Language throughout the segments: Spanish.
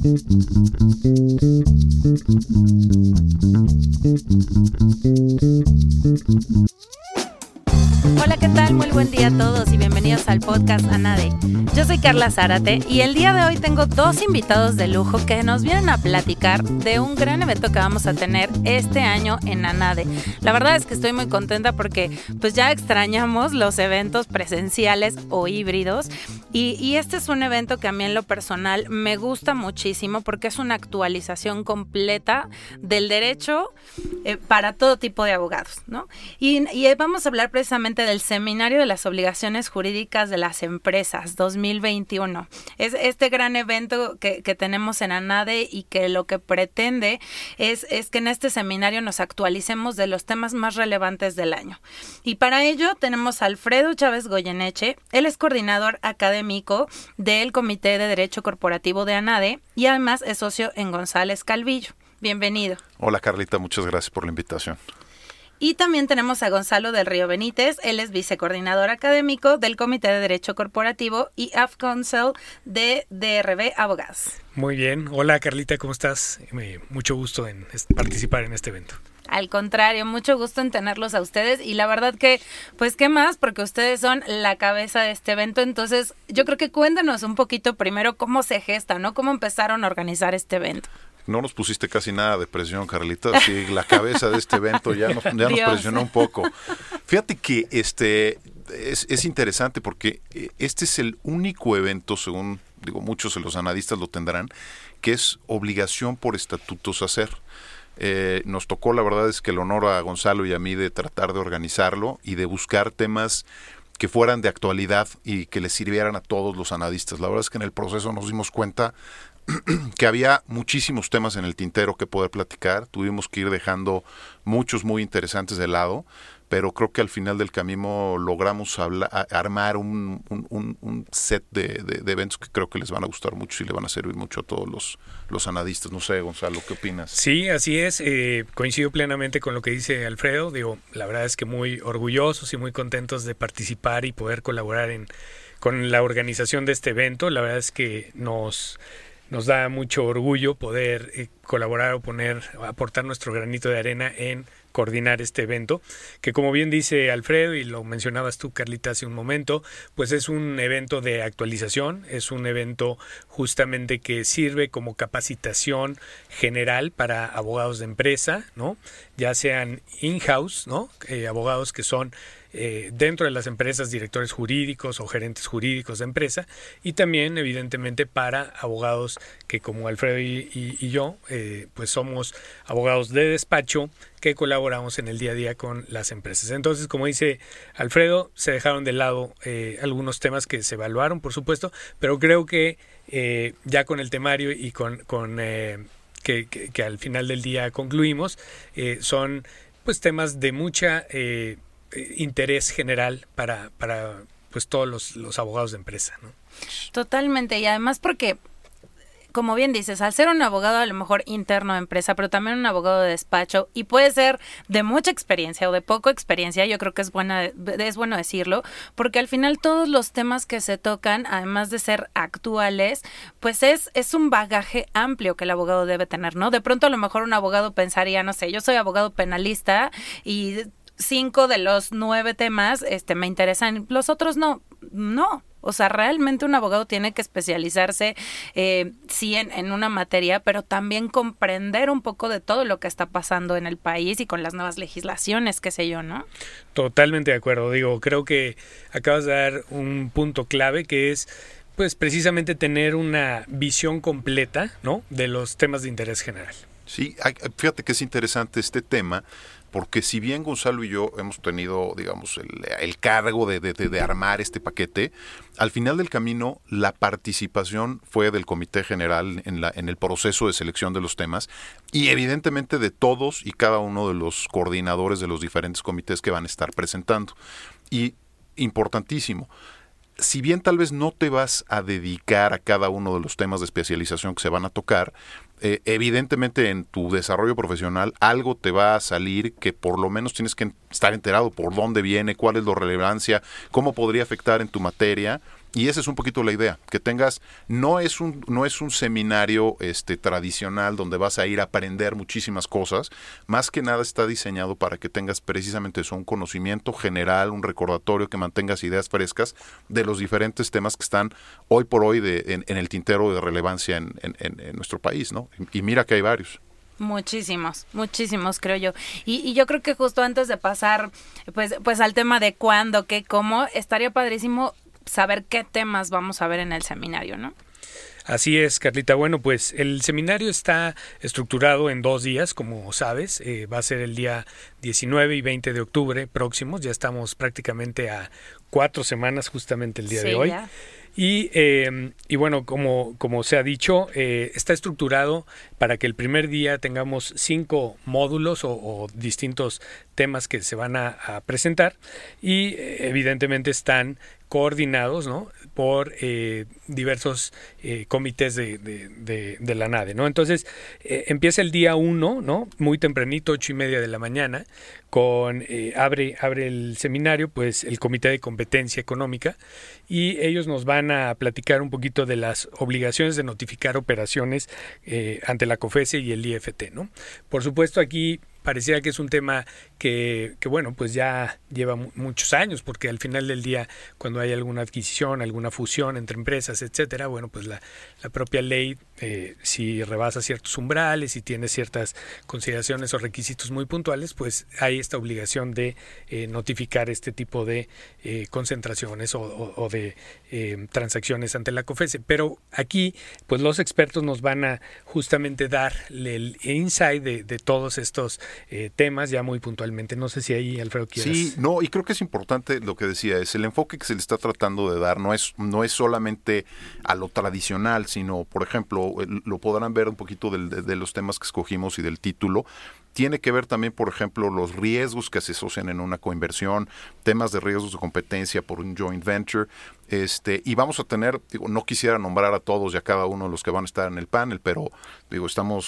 Hola, ¿qué tal? Muy buen día a todos y bienvenidos al podcast ANADE. Yo soy Carla Zárate y el día de hoy tengo dos invitados de lujo que nos vienen a platicar de un gran evento que vamos a tener este año en ANADE. La verdad es que estoy muy contenta porque pues ya extrañamos los eventos presenciales o híbridos y este es un evento que a mí en lo personal me gusta muchísimo porque es una actualización completa del derecho para todo tipo de abogados, ¿no? Y vamos a hablar precisamente del Seminario de las Obligaciones Jurídicas de las Empresas 2021. Es este gran evento que tenemos en ANADE y que lo que pretende es que en este seminario nos actualicemos de los temas más relevantes del año. Y para ello tenemos a Alfredo Chávez Goyeneche. Él es coordinador académico del Comité de Derecho Corporativo de ANADE y además es socio en González Calvillo. Bienvenido. Hola Carlita, muchas gracias por la invitación. Y también tenemos a Gonzalo del Río Benítez. Él es vicecoordinador académico del Comité de Derecho Corporativo y AFCONSEL de DRB Abogados. Muy bien. Hola Carlita, ¿cómo estás? Mucho gusto en participar en este evento. Al contrario, mucho gusto en tenerlos a ustedes y la verdad que, pues, ¿qué más? Porque ustedes son la cabeza de este evento, entonces yo creo que cuéntanos un poquito primero cómo se gesta, ¿no? ¿Cómo empezaron a organizar este evento? No nos pusiste casi nada de presión, Carlita. Sí, la cabeza de este evento ya nos presionó un poco. Fíjate que es interesante porque este es el único evento, según muchos de los analistas lo tendrán, que es obligación por estatutos hacer. Nos tocó, la verdad es que el honor a Gonzalo y a mí de tratar de organizarlo y de buscar temas que fueran de actualidad y que les sirvieran a todos los analistas. La verdad es que en el proceso nos dimos cuenta que había muchísimos temas en el tintero que poder platicar. Tuvimos que ir dejando muchos muy interesantes de lado, pero creo que al final del camino logramos armar un set de eventos que creo que les van a gustar mucho y le van a servir mucho a todos los analistas. No sé, Gonzalo, ¿qué opinas? Sí, así es. Coincido plenamente con lo que dice Alfredo. La verdad es que muy orgullosos y muy contentos de participar y poder colaborar con la organización de este evento. La verdad es que nos da mucho orgullo poder colaborar o aportar nuestro granito de arena en coordinar este evento, que como bien dice Alfredo y lo mencionabas tú, Carlita, hace un momento, pues es un evento de actualización, es un evento justamente que sirve como capacitación general para abogados de empresa, ¿no? Ya sean in-house, ¿no? Abogados que son dentro de las empresas, directores jurídicos o gerentes jurídicos de empresa, y también evidentemente para abogados que como Alfredo y yo pues somos abogados de despacho que colaboramos en el día a día con las empresas. Entonces, como dice Alfredo, se dejaron de lado algunos temas que se evaluaron, por supuesto, pero creo que ya con el temario y con que al final del día concluimos, son pues temas de mucha interés general para pues todos los abogados de empresa, ¿no? Totalmente, y además porque, como bien dices, al ser un abogado a lo mejor interno de empresa, pero también un abogado de despacho, y puede ser de mucha experiencia o de poca experiencia, yo creo que es bueno decirlo, porque al final todos los temas que se tocan, además de ser actuales, pues es un bagaje amplio que el abogado debe tener, ¿no? De pronto a lo mejor un abogado pensaría, no sé, yo soy abogado penalista y 5 de los 9 temas me interesan, los otros no. O sea, realmente un abogado tiene que especializarse, sí, en una materia, pero también comprender un poco de todo lo que está pasando en el país y con las nuevas legislaciones, qué sé yo, ¿no? Totalmente de acuerdo. Creo que acabas de dar un punto clave que es, pues, precisamente tener una visión completa, ¿no?, de los temas de interés general. Sí, fíjate que es interesante este tema, porque si bien Gonzalo y yo hemos tenido, digamos, el cargo de armar este paquete, al final del camino la participación fue del Comité General en el proceso de selección de los temas y evidentemente de todos y cada uno de los coordinadores de los diferentes comités que van a estar presentando. Y importantísimo, si bien tal vez no te vas a dedicar a cada uno de los temas de especialización que se van a tocar, evidentemente en tu desarrollo profesional algo te va a salir que por lo menos tienes que estar enterado por dónde viene, cuál es la relevancia, cómo podría afectar en tu materia Y esa es un poquito la idea, que tengas, no es un seminario tradicional donde vas a ir a aprender muchísimas cosas, más que nada está diseñado para que tengas precisamente eso, un conocimiento general, un recordatorio, que mantengas ideas frescas de los diferentes temas que están hoy por hoy en el tintero de relevancia en nuestro país, ¿no? Y mira que hay varios. Muchísimos creo yo. Y yo creo que justo antes de pasar pues al tema de cuándo, qué, cómo, estaría padrísimo saber qué temas vamos a ver en el seminario, ¿no? Así es, Carlita. Bueno, pues el seminario está estructurado en 2 días, como sabes. Va a ser el día 19 y 20 de octubre próximos. Ya estamos prácticamente a 4 semanas, justamente el día de hoy. Ya. Y bueno, como se ha dicho, está estructurado para que el primer día tengamos 5 módulos o distintos temas que se van a presentar, y evidentemente están coordinados, ¿no?, por diversos comités de la NADE, ¿no? Entonces, empieza el día 1, ¿no?, muy tempranito, 8:30 de la mañana, con abre el seminario, pues, el Comité de Competencia Económica, y ellos nos van a platicar un poquito de las obligaciones de notificar operaciones ante la COFESE y el IFT, ¿no? Por supuesto, aquí pareciera que es un tema que bueno, pues ya lleva muchos años, porque al final del día, cuando hay alguna adquisición, alguna fusión entre empresas, etcétera, bueno, pues la propia ley, si rebasa ciertos umbrales, si tiene ciertas consideraciones o requisitos muy puntuales, pues hay esta obligación de notificar este tipo de concentraciones o de transacciones ante la COFESE. Pero aquí, pues los expertos nos van a justamente dar el insight de todos estos temas ya muy puntualmente. No sé si ahí, Alfredo, quieres. Sí, no, y creo que es importante lo que decía, es el enfoque que se le está tratando de dar, no es solamente a lo tradicional, sino, por ejemplo, lo podrán ver un poquito de los temas que escogimos y del título. Tiene que ver también, por ejemplo, los riesgos que se asocian en una coinversión, temas de riesgos de competencia por un joint venture, y vamos a tener, no quisiera nombrar a todos y a cada uno de los que van a estar en el panel, pero el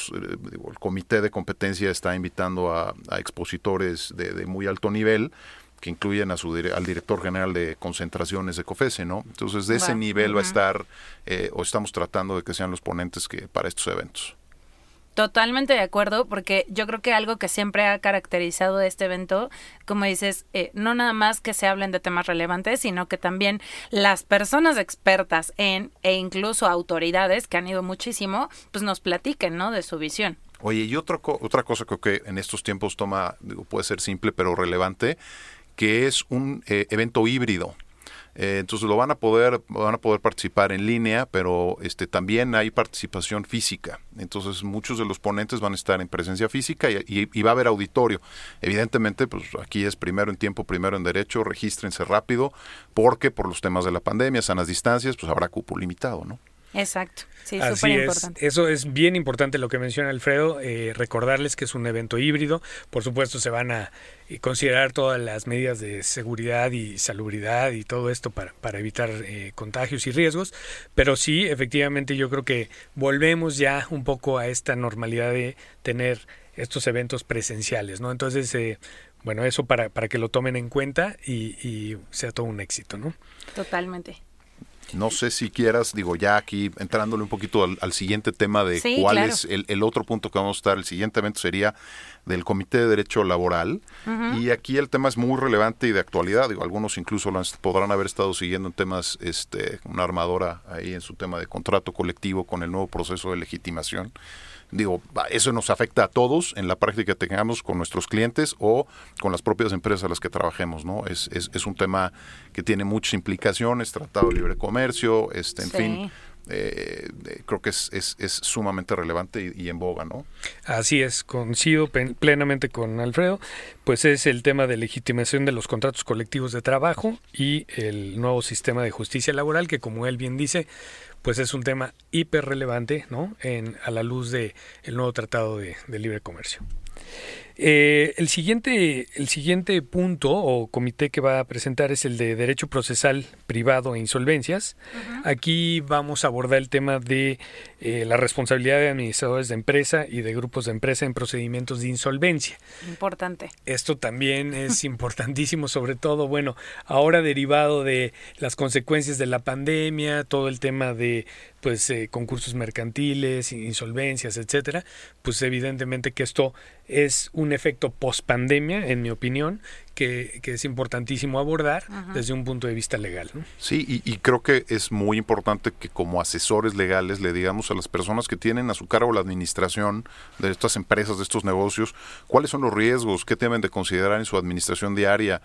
Comité de Competencia está invitando a expositores de muy alto nivel, que incluyen al director general de concentraciones de COFESE, ¿no? Entonces, de ese nivel va a estar, o estamos tratando de que sean los ponentes para estos eventos. Totalmente de acuerdo, porque yo creo que algo que siempre ha caracterizado este evento, como dices, no nada más que se hablen de temas relevantes, sino que también las personas expertas e incluso autoridades que han ido muchísimo, pues nos platiquen, ¿no?, de su visión. Oye, y otra cosa creo que en estos tiempos puede ser simple pero relevante, que es un evento híbrido. Entonces van a poder participar en línea, pero también hay participación física. Entonces muchos de los ponentes van a estar en presencia física y va a haber auditorio. Evidentemente, pues aquí es primero en tiempo, primero en derecho, regístrense rápido, porque por los temas de la pandemia, sanas distancias, pues habrá cupo limitado, ¿no? Exacto, sí, súper importante. Eso es bien importante lo que menciona Alfredo, recordarles que es un evento híbrido. Por supuesto se van a considerar todas las medidas de seguridad y salubridad y todo esto para evitar contagios y riesgos, pero sí, efectivamente yo creo que volvemos ya un poco a esta normalidad de tener estos eventos presenciales, ¿no? Entonces, bueno, eso para que lo tomen en cuenta y sea todo un éxito, ¿no? Totalmente. No sé si quieras, ya aquí entrándole un poquito al siguiente tema de cuál es el otro punto que vamos a estar. El siguiente evento sería del Comité de Derecho Laboral. Uh-huh. Y aquí el tema es muy relevante y de actualidad. Algunos incluso podrán haber estado siguiendo en temas, una armadora ahí en su tema de contrato colectivo con el nuevo proceso de legitimación. Eso nos afecta a todos en la práctica que tengamos con nuestros clientes o con las propias empresas a las que trabajemos, ¿no? Es un tema que tiene muchas implicaciones, tratado de libre comercio, fin, creo que es sumamente relevante y en boga, ¿no? Así es, coincido plenamente con Alfredo, pues es el tema de legitimación de los contratos colectivos de trabajo y el nuevo sistema de justicia laboral, que como él bien dice, pues es un tema hiper relevante, ¿no?, a la luz de el nuevo tratado de libre comercio. El siguiente punto o comité que va a presentar es el de Derecho Procesal Privado e Insolvencias. Uh-huh. Aquí vamos a abordar el tema de la responsabilidad de administradores de empresa y de grupos de empresa en procedimientos de insolvencia. Importante. Esto también es importantísimo, sobre todo, bueno, ahora derivado de las consecuencias de la pandemia, todo el tema de concursos mercantiles, insolvencias, etcétera, pues evidentemente que esto es un efecto post-pandemia, en mi opinión, que es importantísimo abordar desde un punto de vista legal, ¿no? Sí, y creo que es muy importante que como asesores legales le digamos a las personas que tienen a su cargo la administración de estas empresas, de estos negocios, cuáles son los riesgos, qué deben de considerar en su administración diaria,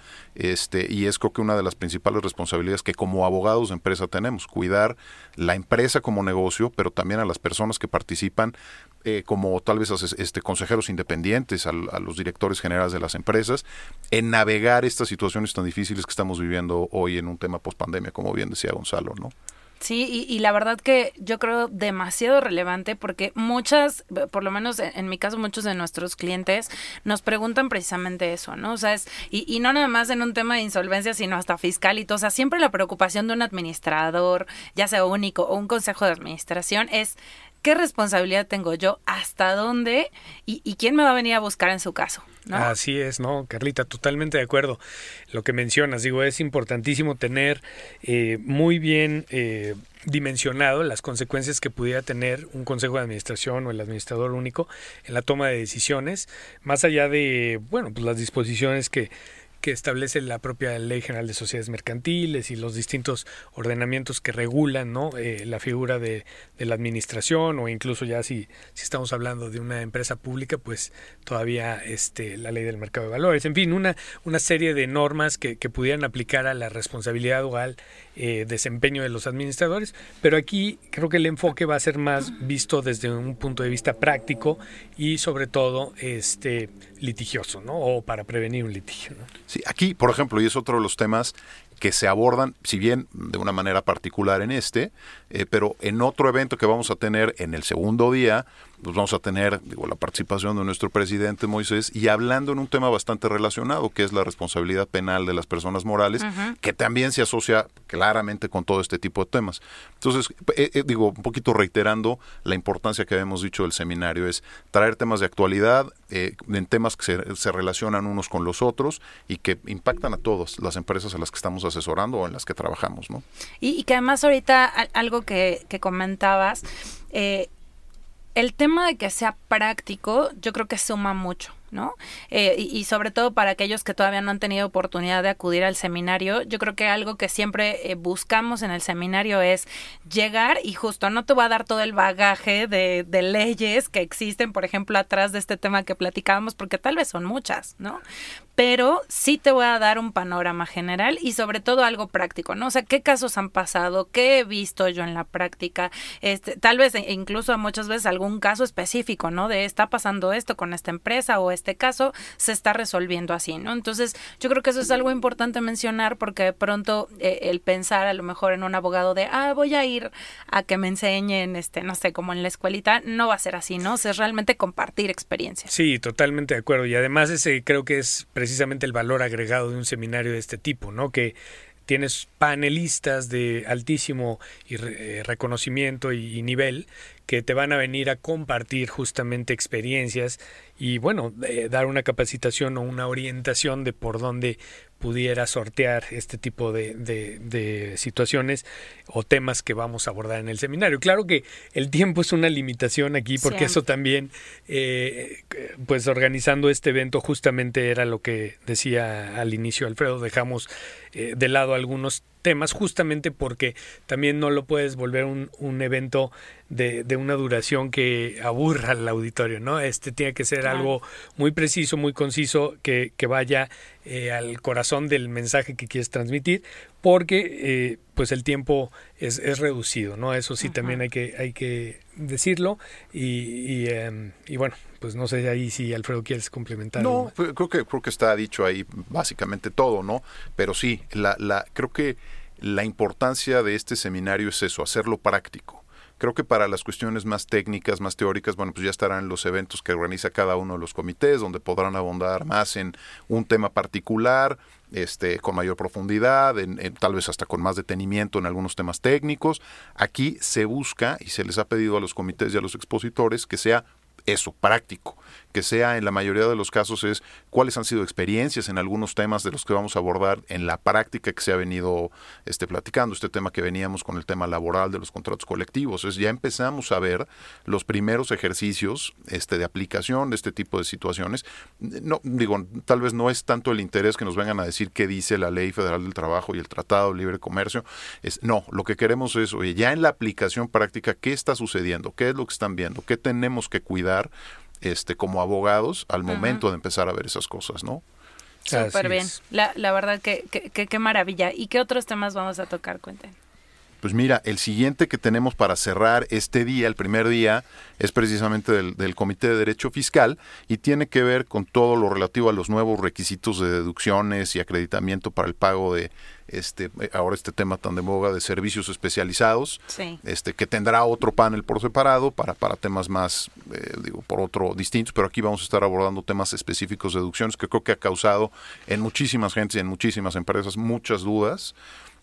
y es creo que una de las principales responsabilidades que como abogados de empresa tenemos, cuidar la empresa como negocio, pero también a las personas que participan como tal vez consejeros independientes, a los directores generales de las empresas, en navegar estas situaciones tan difíciles que estamos viviendo hoy en un tema post-pandemia, como bien decía Gonzalo, ¿no? Sí, y la verdad que yo creo demasiado relevante porque muchas, por lo menos en mi caso, muchos de nuestros clientes nos preguntan precisamente eso, ¿no? O sea, y no nada más en un tema de insolvencia, sino hasta fiscal y todo. O sea, siempre la preocupación de un administrador, ya sea único o un consejo de administración, es ¿qué responsabilidad tengo yo? ¿Hasta dónde? ¿Y quién me va a venir a buscar en su caso? ¿No? Así es, ¿no, Carlita? Totalmente de acuerdo. Lo que mencionas, es importantísimo tener muy bien dimensionado las consecuencias que pudiera tener un consejo de administración o el administrador único en la toma de decisiones, más allá de, pues las disposiciones que establece la propia Ley General de Sociedades Mercantiles y los distintos ordenamientos que regulan, ¿no? La figura de la administración, o incluso ya si estamos hablando de una empresa pública, pues todavía la Ley del Mercado de Valores, en fin, una serie de normas que pudieran aplicar a la responsabilidad o al desempeño de los administradores, pero aquí creo que el enfoque va a ser más visto desde un punto de vista práctico y sobre todo litigioso, ¿no? O para prevenir un litigio, ¿no? Sí, aquí, por ejemplo, y es otro de los temas que se abordan, si bien de una manera particular en pero en otro evento que vamos a tener en el segundo día, pues vamos a tener la participación de nuestro presidente Moisés y hablando en un tema bastante relacionado, que es la responsabilidad penal de las personas morales, que también se asocia claramente con todo este tipo de temas. Entonces, un poquito reiterando la importancia que habíamos dicho del seminario, es traer temas de actualidad, en temas que se relacionan unos con los otros y que impactan a todas las empresas a las que estamos asesorando o en las que trabajamos, ¿no? Y que además ahorita algo que comentabas, el tema de que sea práctico, yo creo que suma mucho, ¿no? Y sobre todo para aquellos que todavía no han tenido oportunidad de acudir al seminario, yo creo que algo que siempre buscamos en el seminario es llegar y justo no te voy a dar todo el bagaje de leyes que existen, por ejemplo, atrás de este tema que platicábamos, porque tal vez son muchas, ¿no? Pero sí te voy a dar un panorama general y sobre todo algo práctico, ¿no? O sea, ¿qué casos han pasado? ¿Qué he visto yo en la práctica? Tal vez incluso muchas veces algún caso específico, ¿no? De está pasando esto con esta empresa o este caso se está resolviendo así, ¿no? Entonces, yo creo que eso es algo importante mencionar porque de pronto el pensar a lo mejor en un abogado de, voy a ir a que me enseñen, no sé, como en la escuelita, no va a ser así, ¿no? O sea, es realmente compartir experiencias. Sí, totalmente de acuerdo. Y además creo que es precisamente el valor agregado de un seminario de este tipo, ¿no? Que tienes panelistas de altísimo reconocimiento y nivel que te van a venir a compartir justamente experiencias y dar una capacitación o una orientación de por dónde pudiera sortear este tipo de situaciones o temas que vamos a abordar en el seminario. Claro que el tiempo es una limitación aquí porque eso también, pues organizando este evento justamente era lo que decía al inicio Alfredo, dejamos de lado algunos temas justamente porque también no lo puedes volver un evento de una duración que aburra al auditorio, ¿no? Tiene que ser algo muy preciso, muy conciso, que vaya al corazón del mensaje que quieres transmitir, porque pues el tiempo es reducido, ¿no? Eso sí también hay que decirlo y bueno, pues no sé ahí si Alfredo quieres complementar. No, creo que está dicho ahí básicamente todo, ¿no? Pero sí, creo que la importancia de este seminario es eso, hacerlo práctico. Creo que para las cuestiones más técnicas, más teóricas, bueno, pues ya estarán los eventos que organiza cada uno de los comités, donde podrán abundar más en un tema particular, con mayor profundidad, tal vez hasta con más detenimiento en algunos temas técnicos. Aquí se busca, y se les ha pedido a los comités y a los expositores, que sea eso, práctico, que sea en la mayoría de los casos es cuáles han sido experiencias en algunos temas de los que vamos a abordar en la práctica que se ha venido platicando, este tema que veníamos con el tema laboral de los contratos colectivos. Ya empezamos a ver los primeros ejercicios de aplicación de este tipo de situaciones. No, digo, tal vez no es tanto el interés que nos vengan a decir qué dice la Ley Federal del Trabajo y el Tratado de Libre Comercio. No, lo que queremos es, oye, ya en la aplicación práctica, ¿qué está sucediendo? ¿Qué es lo que están viendo? ¿Qué tenemos que cuidar como abogados al momento de empezar a ver esas cosas, ¿no? Súper bien. La verdad que qué maravilla. ¿Y qué otros temas vamos a tocar? Cuenten. Pues mira, el siguiente que tenemos para cerrar este día, el primer día, es precisamente del Comité de Derecho Fiscal y tiene que ver con todo lo relativo a los nuevos requisitos de deducciones y acreditamiento para el pago de ahora este tema tan de boga de servicios especializados, sí. Que tendrá otro panel por separado para temas más, por otro distintos, pero aquí vamos a estar abordando temas específicos de deducciones que creo que ha causado en muchísimas gentes y en muchísimas empresas muchas dudas.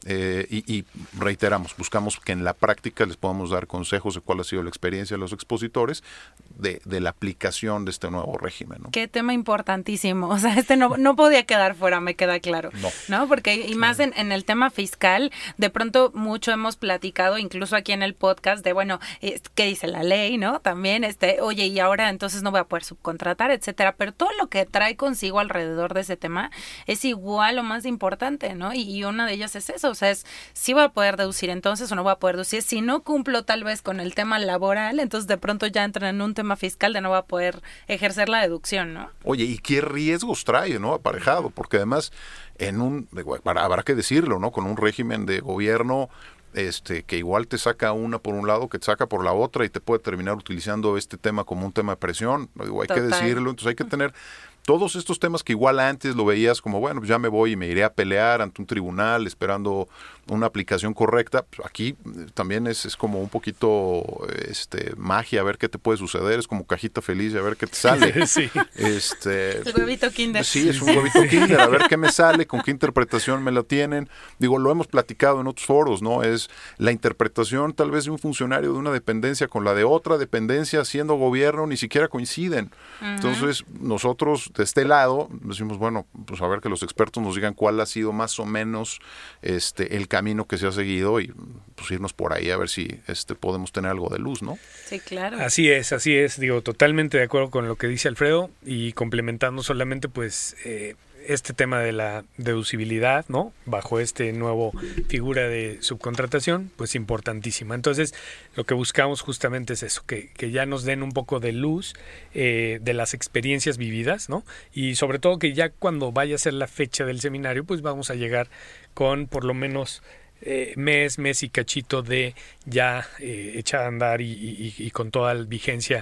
Y reiteramos, buscamos que en la práctica les podamos dar consejos de cuál ha sido la experiencia de los expositores de la aplicación de este nuevo régimen, ¿no? Qué tema importantísimo, o sea, no podía quedar fuera, me queda claro, ¿no? Porque y más en el tema fiscal, de pronto mucho hemos platicado, incluso aquí en el podcast, de bueno, ¿qué dice la ley, no? También, oye, y ahora entonces no voy a poder subcontratar, etcétera, pero todo lo que trae consigo alrededor de ese tema es igual o más importante, ¿no? Y una de ellas es eso. O sea, es si voy a poder deducir entonces o no voy a poder deducir. Si no cumplo tal vez con el tema laboral, entonces de pronto ya entran en un tema fiscal de no voy a poder ejercer la deducción, ¿no? Oye, ¿y qué riesgos trae, no? Aparejado, porque además habrá que decirlo, ¿no? Con un régimen de gobierno que igual te saca una por un lado, que te saca por la otra y te puede terminar utilizando este tema como un tema de presión. Hay que decirlo, entonces hay que tener todos estos temas que igual antes lo veías como, bueno, pues ya me voy y me iré a pelear ante un tribunal esperando una aplicación correcta. Pues aquí también es como un poquito magia, a ver qué te puede suceder, es como cajita feliz, a ver qué te sale. Sí. El huevito Kinder. Sí, es un huevito Kinder, a ver qué me sale, con qué interpretación me la tienen. Digo, lo hemos platicado en otros foros, ¿no? Es la interpretación tal vez de un funcionario de una dependencia con la de otra dependencia siendo gobierno, ni siquiera coinciden. Uh-huh. Entonces, nosotros de este lado decimos, bueno, pues a ver que los expertos nos digan cuál ha sido más o menos el camino que se ha seguido y pues irnos por ahí a ver si podemos tener algo de luz, ¿no? Sí, claro. Así es, digo, totalmente de acuerdo con lo que dice Alfredo y complementando solamente pues este tema de la deducibilidad, ¿no? Bajo nuevo figura de subcontratación, pues importantísima. Entonces, lo que buscamos justamente es eso, que ya nos den un poco de luz de las experiencias vividas, ¿no? Y sobre todo que ya cuando vaya a ser la fecha del seminario, pues vamos a llegar con por lo menos mes y cachito de ya echar a andar y con toda la vigencia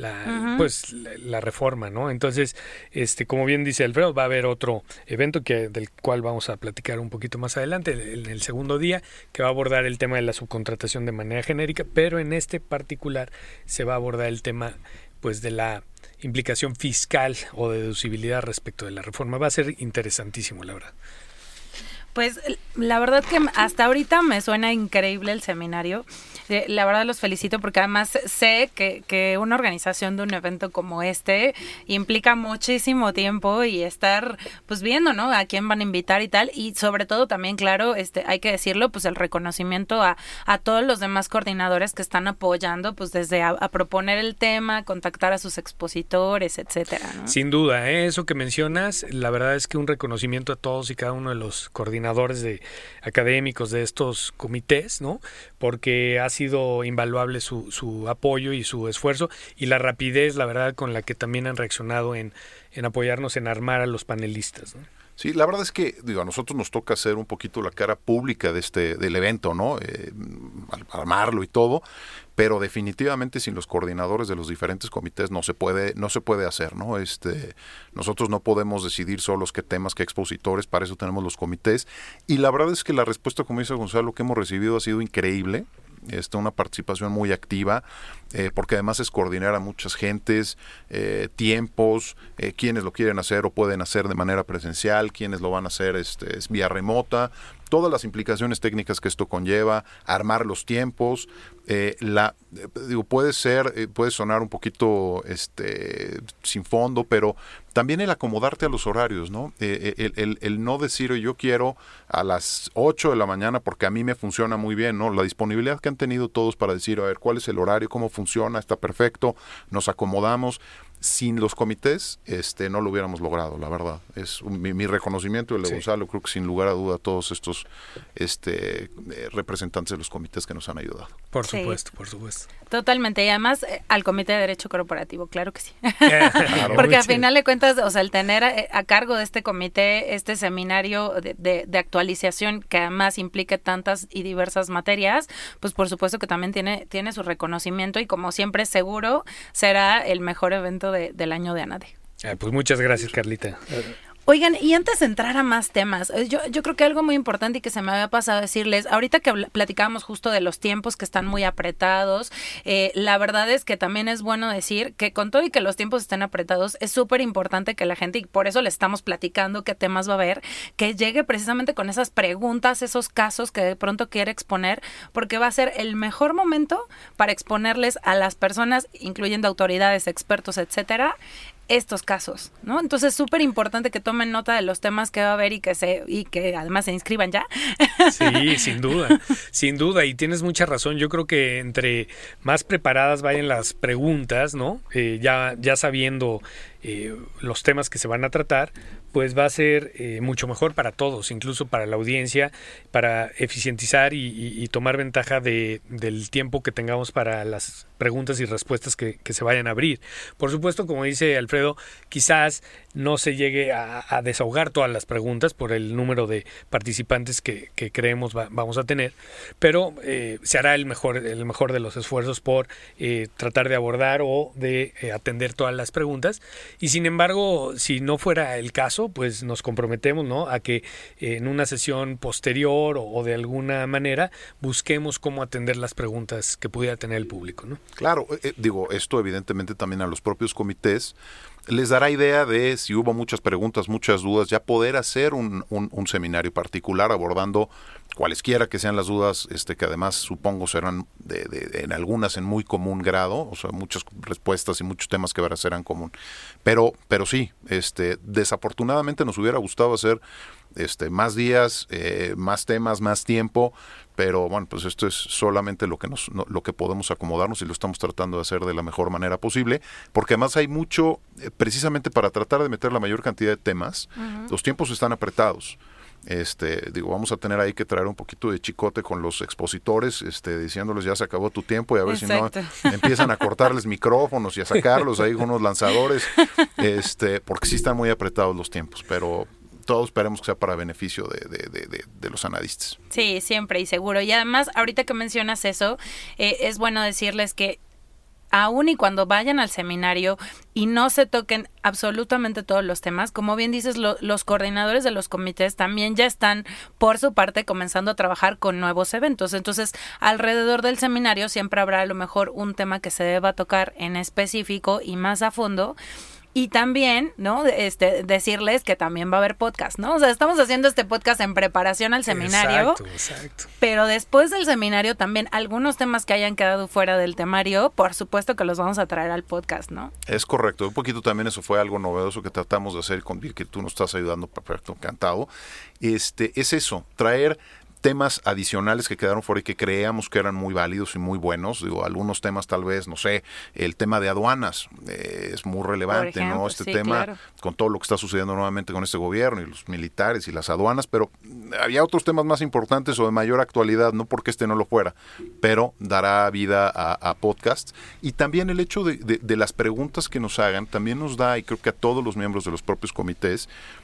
la reforma, ¿no? Entonces, como bien dice Alfredo, va a haber otro evento del cual vamos a platicar un poquito más adelante, en el segundo día, que va a abordar el tema de la subcontratación de manera genérica, pero en este particular se va a abordar el tema pues de la implicación fiscal o de deducibilidad respecto de la reforma. Va a ser interesantísimo, la verdad. Pues la verdad que hasta ahorita me suena increíble el seminario. La verdad los felicito porque además sé que una organización de un evento como implica muchísimo tiempo y estar pues viendo, ¿no? A quién van a invitar y tal. Y sobre todo también, claro, hay que decirlo, pues el reconocimiento a todos los demás coordinadores que están apoyando, pues desde a proponer el tema, contactar a sus expositores, etcétera, ¿no? Sin duda, eso que mencionas, la verdad es que un reconocimiento a todos y cada uno de los coordinadores académicos de estos comités, ¿no? Porque ha sido invaluable su apoyo y su esfuerzo y la rapidez, la verdad, con la que también han reaccionado en apoyarnos en armar a los panelistas, ¿no? Sí, la verdad es que a nosotros nos toca hacer un poquito la cara pública del evento, ¿no? Armarlo y todo, pero definitivamente sin los coordinadores de los diferentes comités no se puede hacer, ¿no? Nosotros no podemos decidir solos qué temas, qué expositores, para eso tenemos los comités, y la verdad es que la respuesta, como dice Gonzalo, que hemos recibido ha sido increíble. una participación muy activa, porque además es coordinar a muchas gentes, tiempos, quienes lo quieren hacer o pueden hacer de manera presencial, quienes lo van a hacer es vía remota, todas las implicaciones técnicas que esto conlleva, armar los tiempos, puede sonar un poquito sin fondo, pero también el acomodarte a los horarios, ¿no? El no decir yo quiero a las 8 de la mañana porque a mí me funciona muy bien, ¿no? La disponibilidad que han tenido todos para decir, a ver, ¿cuál es el horario? ¿Cómo funciona? ¿Está perfecto? ¿Nos acomodamos? Sin los comités, no lo hubiéramos logrado, la verdad. Es mi reconocimiento, el de Gonzalo, creo que sin lugar a duda todos estos representantes de los comités que nos han ayudado. Por supuesto, por supuesto. Totalmente, y además al Comité de Derecho Corporativo, claro que sí. Claro. Porque al final de cuentas, o sea, el tener a cargo de este comité, este seminario de actualización que además implique tantas y diversas materias, pues por supuesto que también tiene su reconocimiento y como siempre seguro será el mejor evento del año de ANADE. Pues muchas gracias, Carlita. Oigan, y antes de entrar a más temas, yo creo que algo muy importante y que se me había pasado decirles, ahorita que platicábamos justo de los tiempos que están muy apretados, la verdad es que también es bueno decir que con todo y que los tiempos estén apretados, es súper importante que la gente, y por eso le estamos platicando qué temas va a haber, que llegue precisamente con esas preguntas, esos casos que de pronto quiere exponer, porque va a ser el mejor momento para exponerles a las personas, incluyendo autoridades, expertos, etcétera, estos casos, ¿no? Entonces, súper importante que tomen nota de los temas que va a haber y que además se inscriban ya. Sí, sin duda, y tienes mucha razón. Yo creo que entre más preparadas vayan las preguntas, ¿no? Ya sabiendo los temas que se van a tratar, pues va a ser mucho mejor para todos, incluso para la audiencia, para eficientizar y tomar ventaja del tiempo que tengamos para las preguntas y respuestas que se vayan a abrir. Por supuesto, como dice Alfredo, quizás no se llegue a desahogar todas las preguntas por el número de participantes que creemos vamos a tener, pero se hará el mejor de los esfuerzos por tratar de abordar o de atender todas las preguntas. Y sin embargo, si no fuera el caso, pues nos comprometemos, ¿no?, a que en una sesión posterior o de alguna manera busquemos cómo atender las preguntas que pudiera tener el público, ¿no? Claro, esto evidentemente también a los propios comités les dará idea de, si hubo muchas preguntas, muchas dudas, ya poder hacer un seminario particular abordando cualesquiera que sean las dudas, que además supongo serán en algunas en muy común grado, o sea, muchas respuestas y muchos temas que serán común. Pero sí, desafortunadamente nos hubiera gustado hacer más días, más temas, más tiempo, pero bueno, pues esto es solamente lo que podemos acomodarnos y lo estamos tratando de hacer de la mejor manera posible, porque además hay mucho, precisamente para tratar de meter la mayor cantidad de temas, los tiempos están apretados. Vamos a tener ahí que traer un poquito de chicote con los expositores, diciéndoles ya se acabó tu tiempo y a ver Exacto. si no empiezan a cortarles micrófonos y a sacarlos ahí con unos lanzadores, porque sí están muy apretados los tiempos, pero todos esperemos que sea para beneficio de los anadistas. Sí, siempre y seguro. Y además, ahorita que mencionas eso, es bueno decirles que aún y cuando vayan al seminario y no se toquen absolutamente todos los temas, como bien dices, los coordinadores de los comités también ya están por su parte comenzando a trabajar con nuevos eventos. Entonces, alrededor del seminario siempre habrá a lo mejor un tema que se deba tocar en específico y más a fondo. Y también, ¿no? Decirles que también va a haber podcast, ¿no? O sea, estamos haciendo este podcast en preparación al seminario. Exacto. Pero después del seminario también algunos temas que hayan quedado fuera del temario, por supuesto que los vamos a traer al podcast, ¿no? Es correcto. Un poquito también eso fue algo novedoso que tratamos de hacer con que tú nos estás ayudando, perfecto, encantado. Es eso, traer temas adicionales que quedaron fuera y que creíamos que eran muy válidos y muy buenos. Algunos temas tal vez, no sé, el tema de aduanas es muy relevante, ejemplo, ¿no? Este tema, claro, con todo lo que está sucediendo nuevamente con este gobierno y los militares y las aduanas, pero había otros temas más importantes o de mayor actualidad, no porque no lo fuera, pero dará vida a podcasts. Y también el hecho de las preguntas que nos hagan también nos da, y creo que a todos los miembros de los propios comités,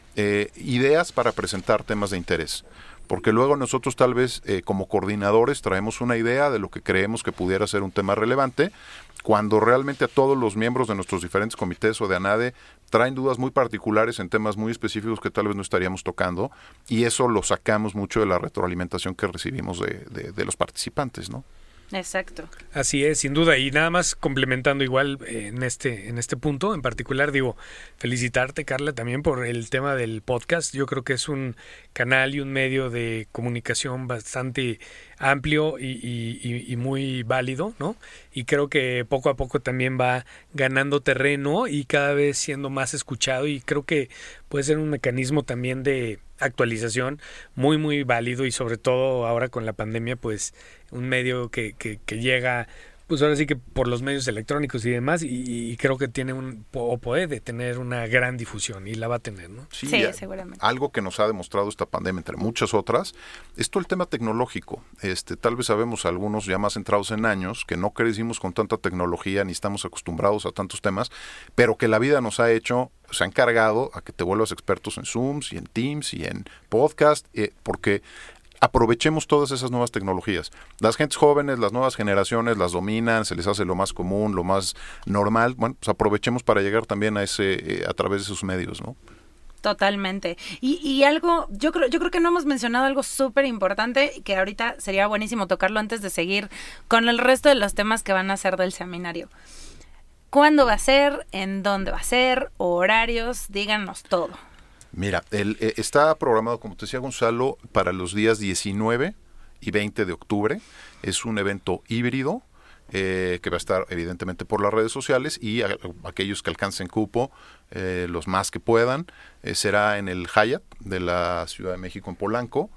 ideas para presentar temas de interés. Porque luego nosotros tal vez como coordinadores traemos una idea de lo que creemos que pudiera ser un tema relevante, cuando realmente a todos los miembros de nuestros diferentes comités o de ANADE traen dudas muy particulares en temas muy específicos que tal vez no estaríamos tocando, y eso lo sacamos mucho de la retroalimentación que recibimos de los participantes, ¿no? Exacto. Así es, sin duda. Y nada más complementando igual en este punto en particular, digo, felicitarte, Carla, también por el tema del podcast. Yo creo que es un canal y un medio de comunicación bastante amplio y muy válido, ¿no? Y creo que poco a poco también va ganando terreno y cada vez siendo más escuchado, y creo que puede ser un mecanismo también de actualización muy muy válido, y sobre todo ahora con la pandemia, pues un medio que llega, pues ahora sí que por los medios electrónicos y demás, y creo que tiene o puede tener una gran difusión, y la va a tener, ¿no? Sí, seguramente. Algo que nos ha demostrado esta pandemia, entre muchas otras, es todo el tema tecnológico. Tal vez sabemos algunos ya más centrados en años, que no crecimos con tanta tecnología, ni estamos acostumbrados a tantos temas, pero que la vida nos ha hecho, se ha encargado a que te vuelvas expertos en Zooms y en Teams y en podcast, porque aprovechemos todas esas nuevas tecnologías. Las gentes jóvenes, las nuevas generaciones las dominan, se les hace lo más común, lo más normal. Bueno, pues aprovechemos para llegar también a a través de esos medios, ¿no? Totalmente. Y algo, yo creo que no hemos mencionado algo súper importante, que ahorita sería buenísimo tocarlo antes de seguir con el resto de los temas que van a ser del seminario. ¿Cuándo va a ser? ¿En dónde va a ser? ¿Horarios? Díganos todo. Mira, está programado, como te decía Gonzalo, para los días 19 y 20 de octubre. Es un evento híbrido que va a estar evidentemente por las redes sociales, y aquellos que alcancen cupo, los más que puedan, será en el Hyatt de la Ciudad de México en Polanco,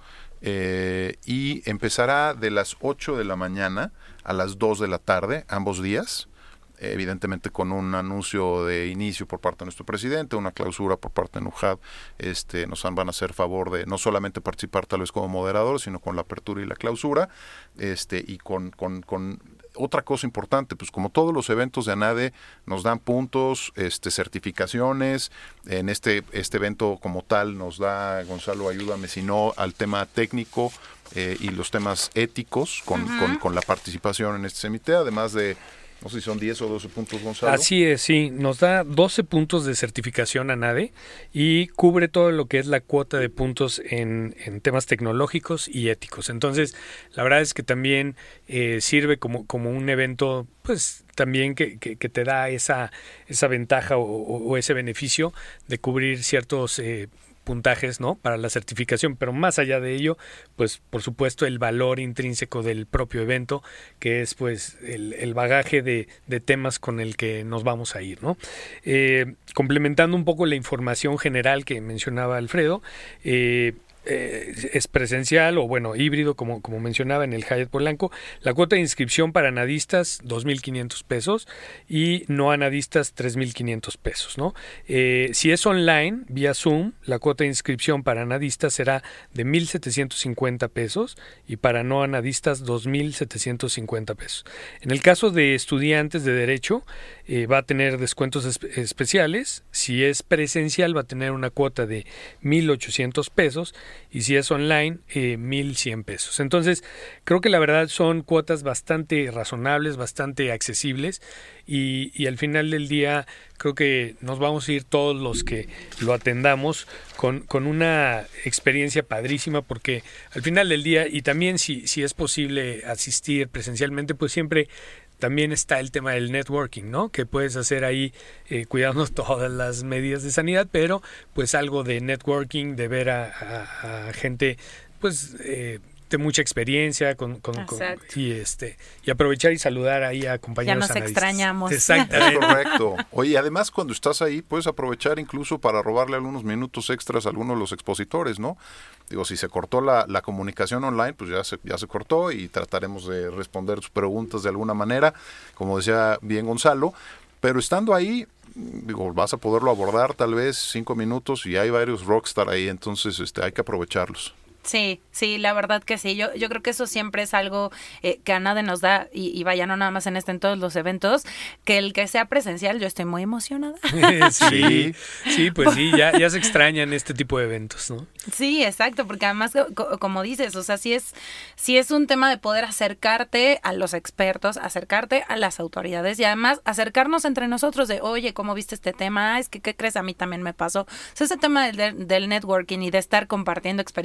y empezará de las 8 de la mañana a las 2 de la tarde, ambos días. Evidentemente con un anuncio de inicio por parte de nuestro presidente, una clausura por parte de NUJAD. Nos van a hacer favor de no solamente participar tal vez como moderador, sino con la apertura y la clausura, y con otra cosa importante, pues como todos los eventos de ANADE nos dan puntos, certificaciones. En este evento como tal nos da, Gonzalo, ayúdame si no, al tema técnico y los temas éticos con la participación en este semité, además de, no sé si son 10 o 12 puntos, Gonzalo. Así es, sí. Nos da 12 puntos de certificación ANADE y cubre todo lo que es la cuota de puntos en temas tecnológicos y éticos. Entonces, la verdad es que también sirve como un evento, pues también que te da esa ventaja o ese beneficio de cubrir ciertos puntajes, ¿no?, para la certificación, pero más allá de ello, pues por supuesto el valor intrínseco del propio evento, que es pues el bagaje de temas con el que nos vamos a ir, ¿no? Complementando un poco la información general que mencionaba Alfredo, es presencial o bueno, híbrido, como mencionaba, en el Hyatt Polanco. La cuota de inscripción para anadistas, 2,500 pesos, y no anadistas, 3,500 pesos, ¿no? Si es online, vía Zoom, la cuota de inscripción para anadistas será de 1,750 pesos y para no anadistas 2,750 pesos. En el caso de estudiantes de Derecho, va a tener descuentos especiales. Si es presencial, va a tener una cuota de 1,800 pesos, y si es online, 1,100 pesos. Entonces, creo que la verdad son cuotas bastante razonables, bastante accesibles, y al final del día creo que nos vamos a ir todos los que lo atendamos con una experiencia padrísima, porque al final del día, y también si es posible asistir presencialmente, pues siempre también está el tema del networking, ¿no?, que puedes hacer ahí cuidando todas las medidas de sanidad, pero pues algo de networking, de ver a gente pues de mucha experiencia y aprovechar y saludar ahí a compañeros analistas. Ya nos extrañamos. Exactamente. Es correcto. Oye, además cuando estás ahí puedes aprovechar incluso para robarle algunos minutos extras a algunos de los expositores, ¿no? Digo, si se cortó la comunicación online, pues ya se cortó, y trataremos de responder sus preguntas de alguna manera, como decía bien Gonzalo, pero estando ahí, digo, vas a poderlo abordar tal vez 5 minutos, y hay varios rockstar ahí, entonces hay que aprovecharlos. Sí, la verdad que sí. Yo creo que eso siempre es algo que ANADE nos da, y vaya, no nada más en en todos los eventos, que el que sea presencial, yo estoy muy emocionada. Sí, pues sí, ya se extrañan este tipo de eventos, ¿no? Sí, exacto, porque además, como dices, o sea, sí es un tema de poder acercarte a los expertos, acercarte a las autoridades, y además acercarnos entre nosotros de, oye, ¿cómo viste este tema? Es que, ¿qué crees? A mí también me pasó. O sea, ese tema del networking y de estar compartiendo experiencias como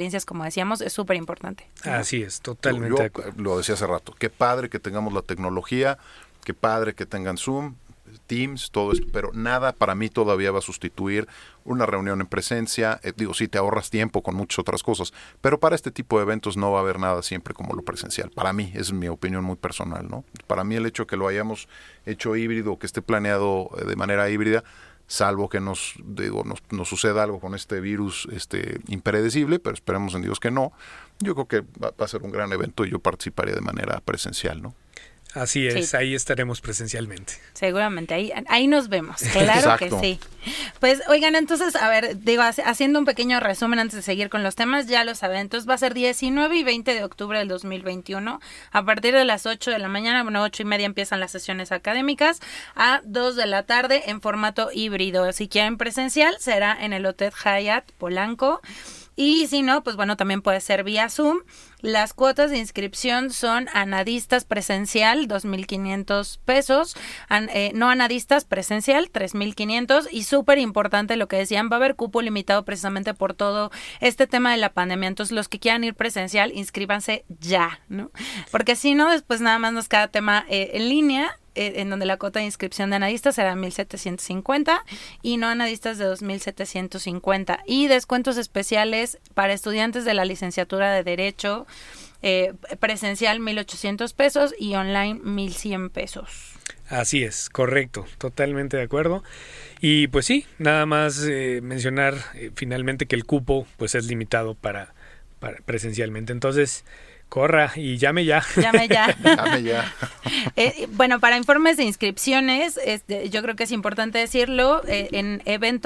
decíamos, es súper importante, ¿no? Así es, totalmente de acuerdo. Lo decía hace rato, qué padre que tengamos la tecnología, qué padre que tengan Zoom, Teams, todo esto, pero nada para mí todavía va a sustituir una reunión en presencia. Sí, te ahorras tiempo con muchas otras cosas, pero para este tipo de eventos no va a haber nada siempre como lo presencial. Para mí, es mi opinión muy personal, ¿no? Para mí el hecho que lo hayamos hecho híbrido, que esté planeado de manera híbrida, salvo que nos suceda algo con este virus impredecible, pero esperemos en Dios que no, yo creo que va a ser un gran evento y yo participaría de manera presencial, ¿no? Así es, sí. Ahí estaremos presencialmente. Seguramente, ahí nos vemos, claro. Exacto. Que sí. Pues, oigan, entonces, a ver, haciendo un pequeño resumen antes de seguir con los temas, ya los eventos, va a ser 19 y 20 de octubre del 2021, a partir de las 8 de la mañana, 8:30 empiezan las sesiones académicas, a 2 de la tarde en formato híbrido. Si quieren presencial, será en el Hotel Hyatt Polanco. Y si no, pues bueno, también puede ser vía Zoom. Las cuotas de inscripción son anadistas presencial, 2,500 pesos. No anadistas presencial, 3,500. Y súper importante lo que decían, va a haber cupo limitado precisamente por todo este tema de la pandemia. Entonces, los que quieran ir presencial, inscríbanse ya, ¿no? Porque si no, después nada más nos queda tema en línea, en donde la cuota de inscripción de anadistas será 1,750 y no anadistas de 2,750. Y descuentos especiales para estudiantes de la licenciatura de Derecho, presencial 1,800 pesos y online 1,100 pesos. Así es, correcto, totalmente de acuerdo. Y pues sí, nada más mencionar finalmente que el cupo pues es limitado para presencialmente. Entonces, corra y llame ya. Llame ya. Llame ya. Bueno, para informes de inscripciones, yo creo que es importante decirlo, en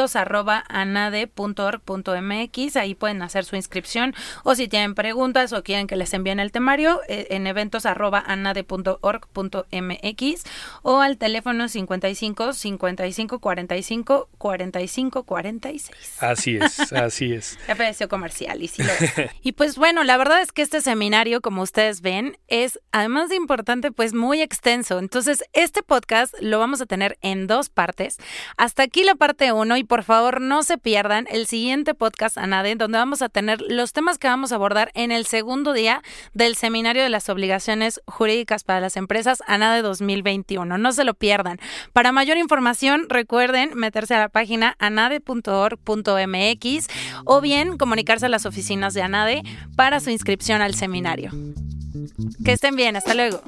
eventos@anade.org.mx, ahí pueden hacer su inscripción, o si tienen preguntas o quieren que les envíen el temario, en eventos@anade.org.mx o al teléfono 55 55 45 45 46. Así es. Ya pareció comercial y sí lo es. Y pues bueno, la verdad es que este seminario, como ustedes ven, es además de importante, pues muy extenso. Entonces, este podcast lo vamos a tener en 2 partes. Hasta aquí la parte 1 y por favor no se pierdan el siguiente podcast ANADE, donde vamos a tener los temas que vamos a abordar en el segundo día del Seminario de las Obligaciones Jurídicas para las Empresas ANADE 2021. No se lo pierdan. Para mayor información, recuerden meterse a la página anade.org.mx o bien comunicarse a las oficinas de ANADE para su inscripción al seminario. Que estén bien, hasta luego.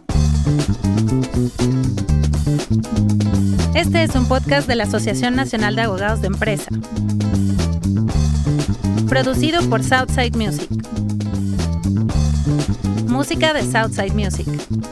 Este es un podcast de la Asociación Nacional de Abogados de Empresa, producido por Southside Music. Música de Southside Music.